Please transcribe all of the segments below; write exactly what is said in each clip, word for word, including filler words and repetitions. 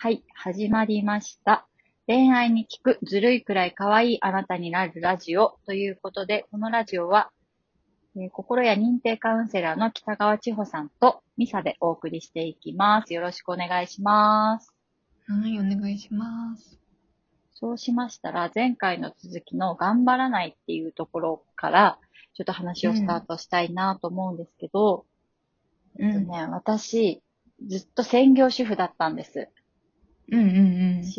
はい、始まりました。恋愛に聞くずるいくらい可愛いあなたになるラジオということで、このラジオは、えー心や認定カウンセラーの北川千穂さんとミサでお送りしていきます。よろしくお願いします。 はい、お願いします。 そうしましたら、前回の続きの頑張らないっていうところから、ちょっと話をスターうん、 トしたいなと思うんですけど、えうん、 っとね、私、ずっと専業主婦だったんです。 うん、うん、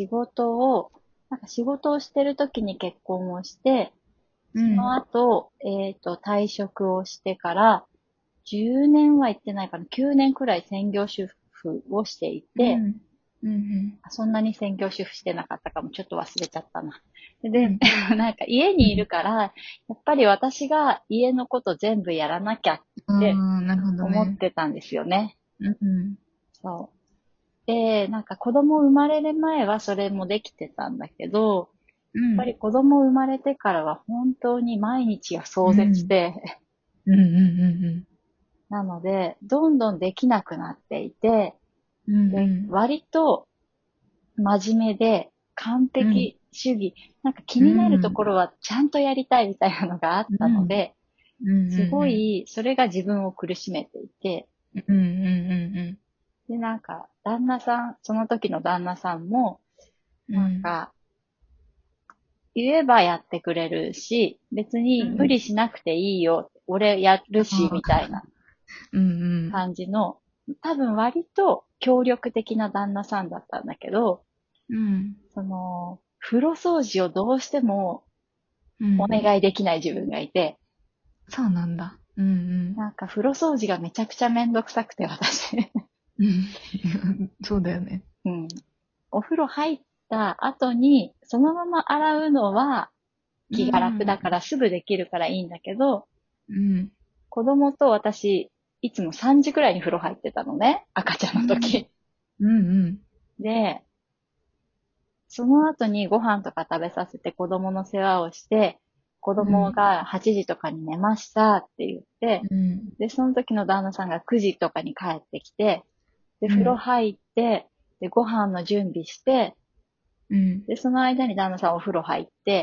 仕事を、なんか仕事をしてる時に結婚をして、 うん、うそのん、 後、えっと、退職をしてから、じゅうねんは行ってないかな、きゅうねんくらい専業主婦をしていて、 うん、うん、 そんなに専業主婦してなかったかも、ちょっと忘れちゃったな。で、 うん、 なんか家にいるから、やっぱり私が家のこと全部やらなきゃってああ、なるほど思っね。 てたんですよね。 うん、 そう。で、なんか子供生まれる前はそれもできてたんだけど、 うん、 やっぱり子供生まれてからは本当に毎日が壮絶うん、 で、 うん、うん、 なので、どんどんできなくなっていて、 うん、うで、 ん、 割と真面目で完うん、 璧主義、なんか気うになるとん、 ころはちゃんとやりたいみたいなのがあったのうん、 で、 うん、 すごいそれが自分を苦しめていて、 うん、うん、 で、なんか旦那さん、その時の旦那さんも、なんか言えばやってくれるし、別に無理しなくていいよ、俺やるし、みたいなうん、 感じの、多分割と協力的な旦那さんだったんだけど、 うん、 その、風呂掃除をどうしてもうん、 お願いできない自分がいて、 そうなんだ。うん、 なんか風呂掃除がめちゃくちゃめんどくさくて私。 うん、そうだよね。 うん。お風呂入った後に、そのまま洗うのはう気が楽だかん、 らすぐできるからいいんだけど、 うん、 子供と私、いつもさんじくらいに風呂入ってたのね。赤ちゃんうん、 の時。 うん、 で、その後にご飯とか食べさせて子供の世話をして、子うん、 供がはちじとかに寝ましたって言って、 うん、 で、その時の旦那さんがくじとかに帰ってきて、で、風呂うん、 入って、で、ご飯の準備して、 うん、 で、その間に旦那さんお風呂入って、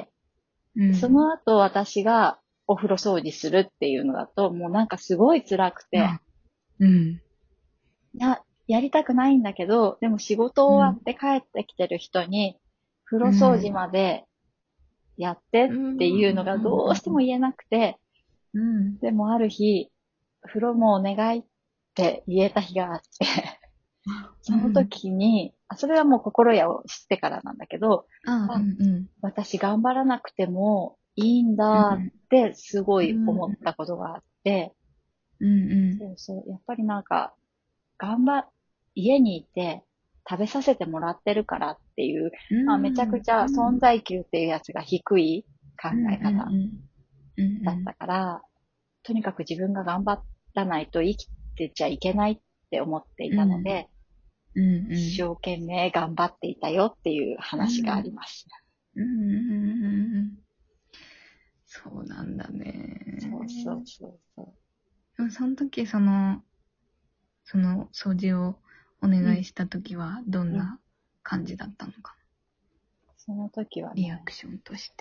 そうん。 の後私がお風呂掃除するっていうのだと、もうなんかすごい辛くて、 あ、うん。 や、やりたくないんだけど、でも仕事終わうん。 って帰ってきてる人に、風呂う掃除ん。 までやってっうん。 ていうのがどうしても言えなくて、 うん。 でもある日、風呂もお願いって言えた日があって、そのうん。 時に、あそれはもう心得を知ってからなんだけど、 あ、うあ、 ん。うん。 私頑張らなくてもいいんだっうん。 てすごいうん。 思ったことがあって、 うん。 そうそう、やっぱりなんか、頑張、家にいて食べさせてもらってるからっていう、 うまあめちゃくん。 ちゃうん。 存在級っていうやつが低い考うん。 え方うん。 だったから、とにかく自分が頑張らないと生きてちゃいけないって思っていうん。 たので、 うん。う一ん。 生懸命頑張っていたよっていう話があります。 うん。そうなんだそうそうね。 そうそう。 でもその時、その、その掃除をおうん、 願いした時は、どんうん。 な感じだったのかその時はな。リアね、 クションとして。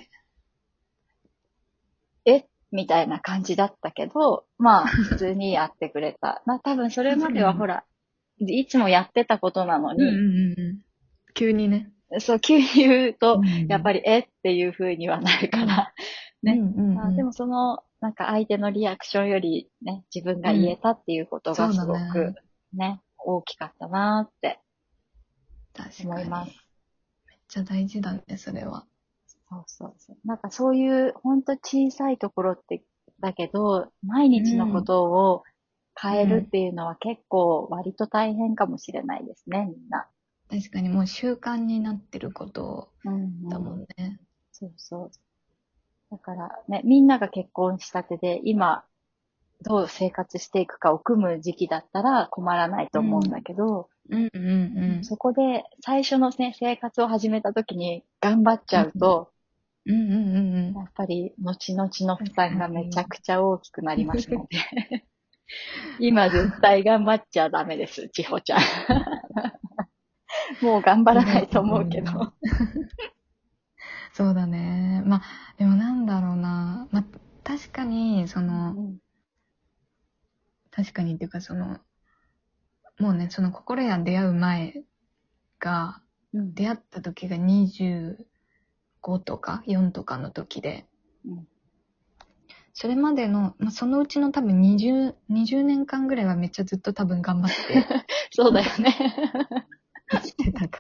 えみたいな感じだったけど、まあ、普通にやってくれた。まあ、多分それまそうなんだ。 ではほら、いつもやってたことなのに、 うんうんうんうん。急にね。 そう、急に言うと、 うん。 やっぱり、えっていう風にはなるうん。 から、ね。 うんうんまあ、でうん。 もその、なんか相手のリアクションよりね、自分が言えうん。 たっていうことがすそうだごくね。 ね、大きかったなーって確思います。 かに。めっちゃ大事だね、それは。 そうそうそう。なんかそういう、ほんと小さいところって、だけど、毎う日のこん。 とを変えるっうん。 ていうのは結構割と大変かもしれないですね、みんな。 確かにもう習慣になってることうんだうん。 もんね。 そうそう。だからね、みんなが結婚したてで、今、どう生活していくかを組む時期だったら困らないと思うんだうん。 けど、 うんうんうん。 そこで最初のね、生活を始めた時に頑張っちうん。 ゃうと、 うんうんうんうん。 やっぱり後々の負確担がめちかに。 ゃくちゃ大きくなりますので、今絶対頑張っちゃダメです、千穂ちゃん。 もう頑張らないと思うけど。 そうだね。まあ、でもなんだろうな。まあ、確かに、その、 うん、 確かにっていうか、その、もうね、その心や出会う前が、 うん、 出会った時がにじゅうごとかよんとかの時で、 うん、 それまでの、まあ、そのうちの多分にじゅう、にじゅうねんかんぐらいはめっちゃずっと多分頑張ってそうだよね。 生きてたから。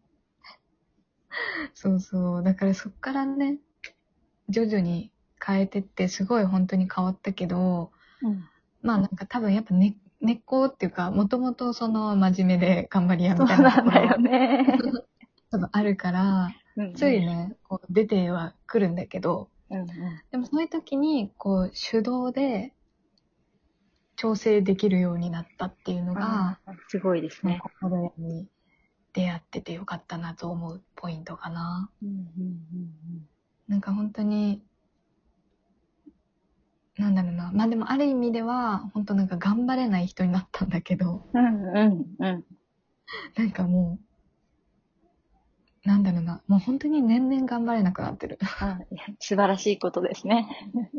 そうそう。だからそっからね、徐々に変えてって、すごい本当に変わったけど、 うん、 まあなんか多分やっぱ根、根っこっていうか、もともとその真面目で頑張り屋そうみたいなとなんだよころはね。 多分あるから、 うん、 ついね、こう出てはくるんだけど、 うん、うん。 でもそういう時に、こう手動で調整できるようになったっていうのが、 ああ、すごいですまあ、 ね。 心屋に出会っててよかったなと思うポイントかな。 うん、うん、 なんか本当に、なんだろうな。まあでもある意味では、本当なんか頑張れない人になったんだけど、 うん、うん、うん、うん。 なんかもう、なんだろうな。もう本当に年々頑張れなくなってる。 あ、いや素晴らしいことですね。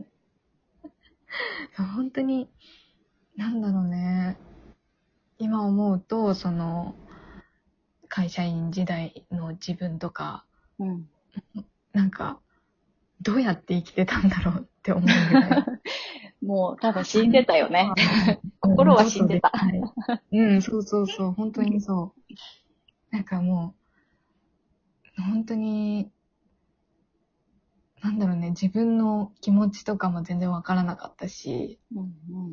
本当に、なんだろうね。今思うと、その、会社員時代の自分とか、 うん。 なんか、どうやって生きてたんだろうって思うぐらい。 もう多分死んでたよね。 うん、 心は二度と死んでた。 できない。うん、そうそうそう、本当にそう。なんかもう、本当に、なんだろうね、自分の気持ちとかも全然わからなかったし、 うん、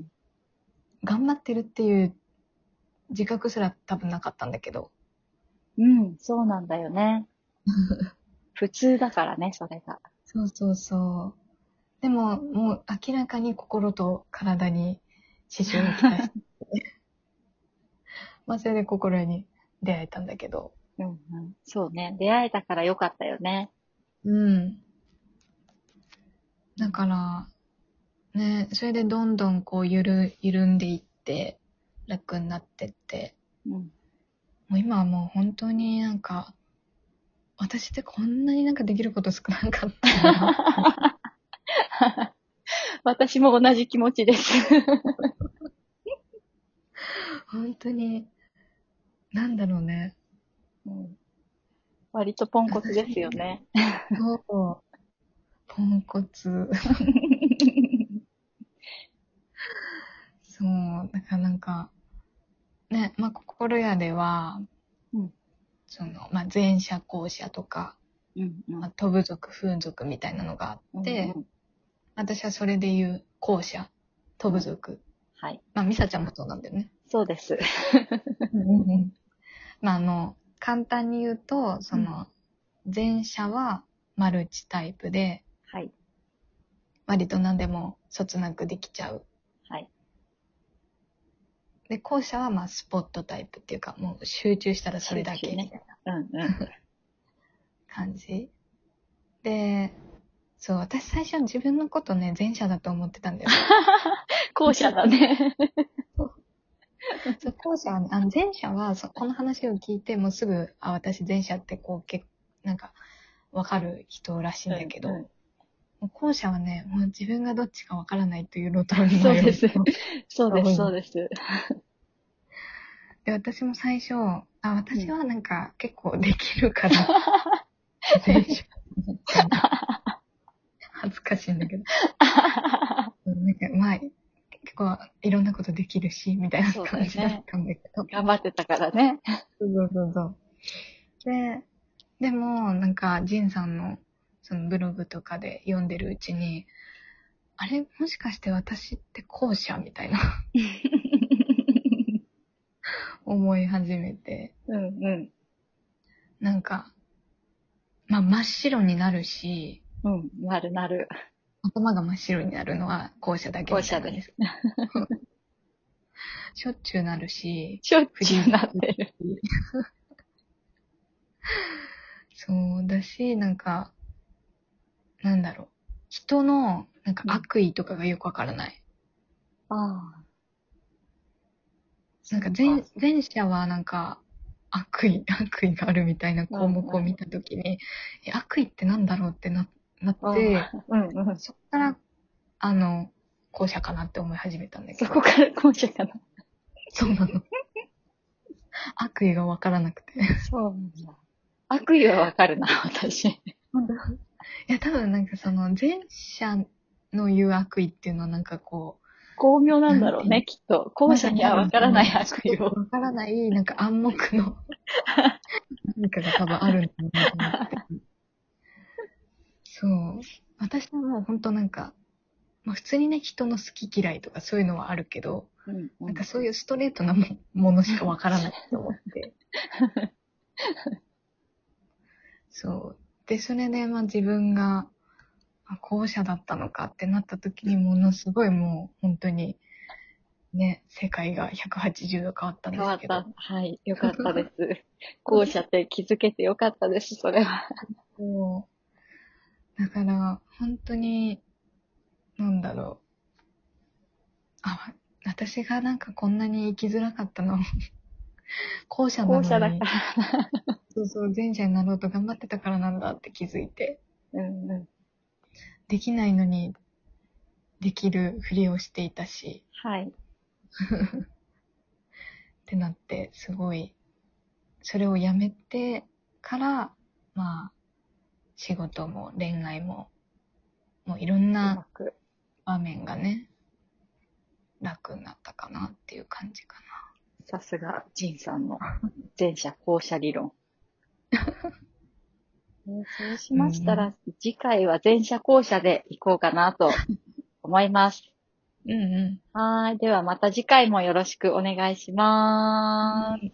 頑張ってるっていう自覚すら多分なかったんだけど。 うん。うん、そうなんだよね。普通だからね、それが。 そうそうそう。でも、もう明らかに心と体に支障をきたし、まあそれで心に出会えたんだけど。 うん、うん。そうね。出会えたからよかったよね。 うん。だから、ね、それでどんどんこうゆる、緩んでいって、楽になってって、 うん。 もう今はもう本当になんか、私ってこんなになんかできること少なかったんだな。 私も同じ気持ちです。 本当に、なんだろうね。 うん、割とポンコツですよ私、 ね。 そう、ポンコツ。そう、だからなんか、ね、まあ、心屋では、 うん、 その、まあ、前者後者とか、 うん、うん、 まあ、飛ぶ族、風俗みたいなのがあっうん、 て、 うん。 私はそれで言う後者、飛ぶうん、 族。 はい。 まあ、ミサちゃんもそうなんだよね。 そうです。 うんうんうん。まあ、あの、簡単に言うと、そうん、 の、前者はマルチタイプで、 はい、 割と何でもそつなくできちゃう。 はい。 で、後者はまあスポットタイプっていうか、もう集中したらそれだ集中ね。 けみたいなうん、うん。 感じ。で、そう、私最初自分のことね、前者だと思ってたんだよね。 後者だね。 そう、後者はね、あの前者はそ、この話を聞いて、もうすぐ、あ、私前者ってこう、けなんか、わかる人らしいんだけうん、 ど、もう後者はね、もう自分がどっちかわからないという路頭に迷うそうです。 人そうです、 が多いの。 そうです。 で、私も最初、あ、 うん。 私はなんか結構できるから、前者だと思ったんだよ。恥ずかしいんだけど。うんなんか、まあ、結構いろんなことできるし、みたいなそうだ感じだっよね。 たんだけど。 頑張ってたからね。 そうそうそうそう。で、でも、なんか、ジンさんの、そのブログとかで読んでるうちに、あれ、もしかして私って後者みたいな思い始めて、 うん、うん。 なんか、まあ、真っ白になるし、 うん、なるなる。 頭が真っ白になるのは後者だけ後みたい者です。 なんです。しょっちゅうなるし、 しょっフリーズちゅうなってる。 し、そうだし、なんか、なんだろう。人の、なんかうん。 悪意とかがよくわからない。 ああ、 なんそうか。 か前、前者はなんか、 悪意、悪意があるみたいな項目を見たときに、え悪意ってなんだろうってな、なって、 うんうん。 そこから、あの、後者かなって思い始めたんだけど。 そこから後者かな。 そうなの。悪意がわからなくて。 そうなんだ。悪意はわかるな、私。 本当いや、多分なんかその、前者の言う悪意っていうのはなんかこう、 巧妙なんだろうね、きっと。後者にはわからない悪意を。 わからない、なんか暗黙の何かが多分あるんだなと思って。そう。私はもう本当なんか、まあ普通にね、人の好き嫌いとかそういうのはあるけど、 うんうん、 なんかそういうストレートなもものしかわからないと思って。そう。で、それでまあ自分が、あ後者だったのかってなった時にものすごいもう本当にね、世界がひゃくはちじゅうど変わったんで変わっすけど。 た。はい。よかったです。後者って気づけてよかったです、それは。 そう。だから、本当に、なんだろう。あ、私がなんかこんなに生きづらかったの。後者な後者だかのに、 ら。 そうそう、前者になろうと頑張ってたからなんだって気づいて。 うんうん。 できないのに、できるふりをしていたし。 はい。 ってなって、すごい、それをやめてから、まあ、仕事も恋愛も、もういろんうなまく。 場面がね、楽になったかなっていう感じかさすが、ジンさんの前者後者理論。えーそうしな。うましたら、 ん。 次回は前者後者でいこうかなと思います。 うんうん。 はい。ではまた次回もよろしくお願いします。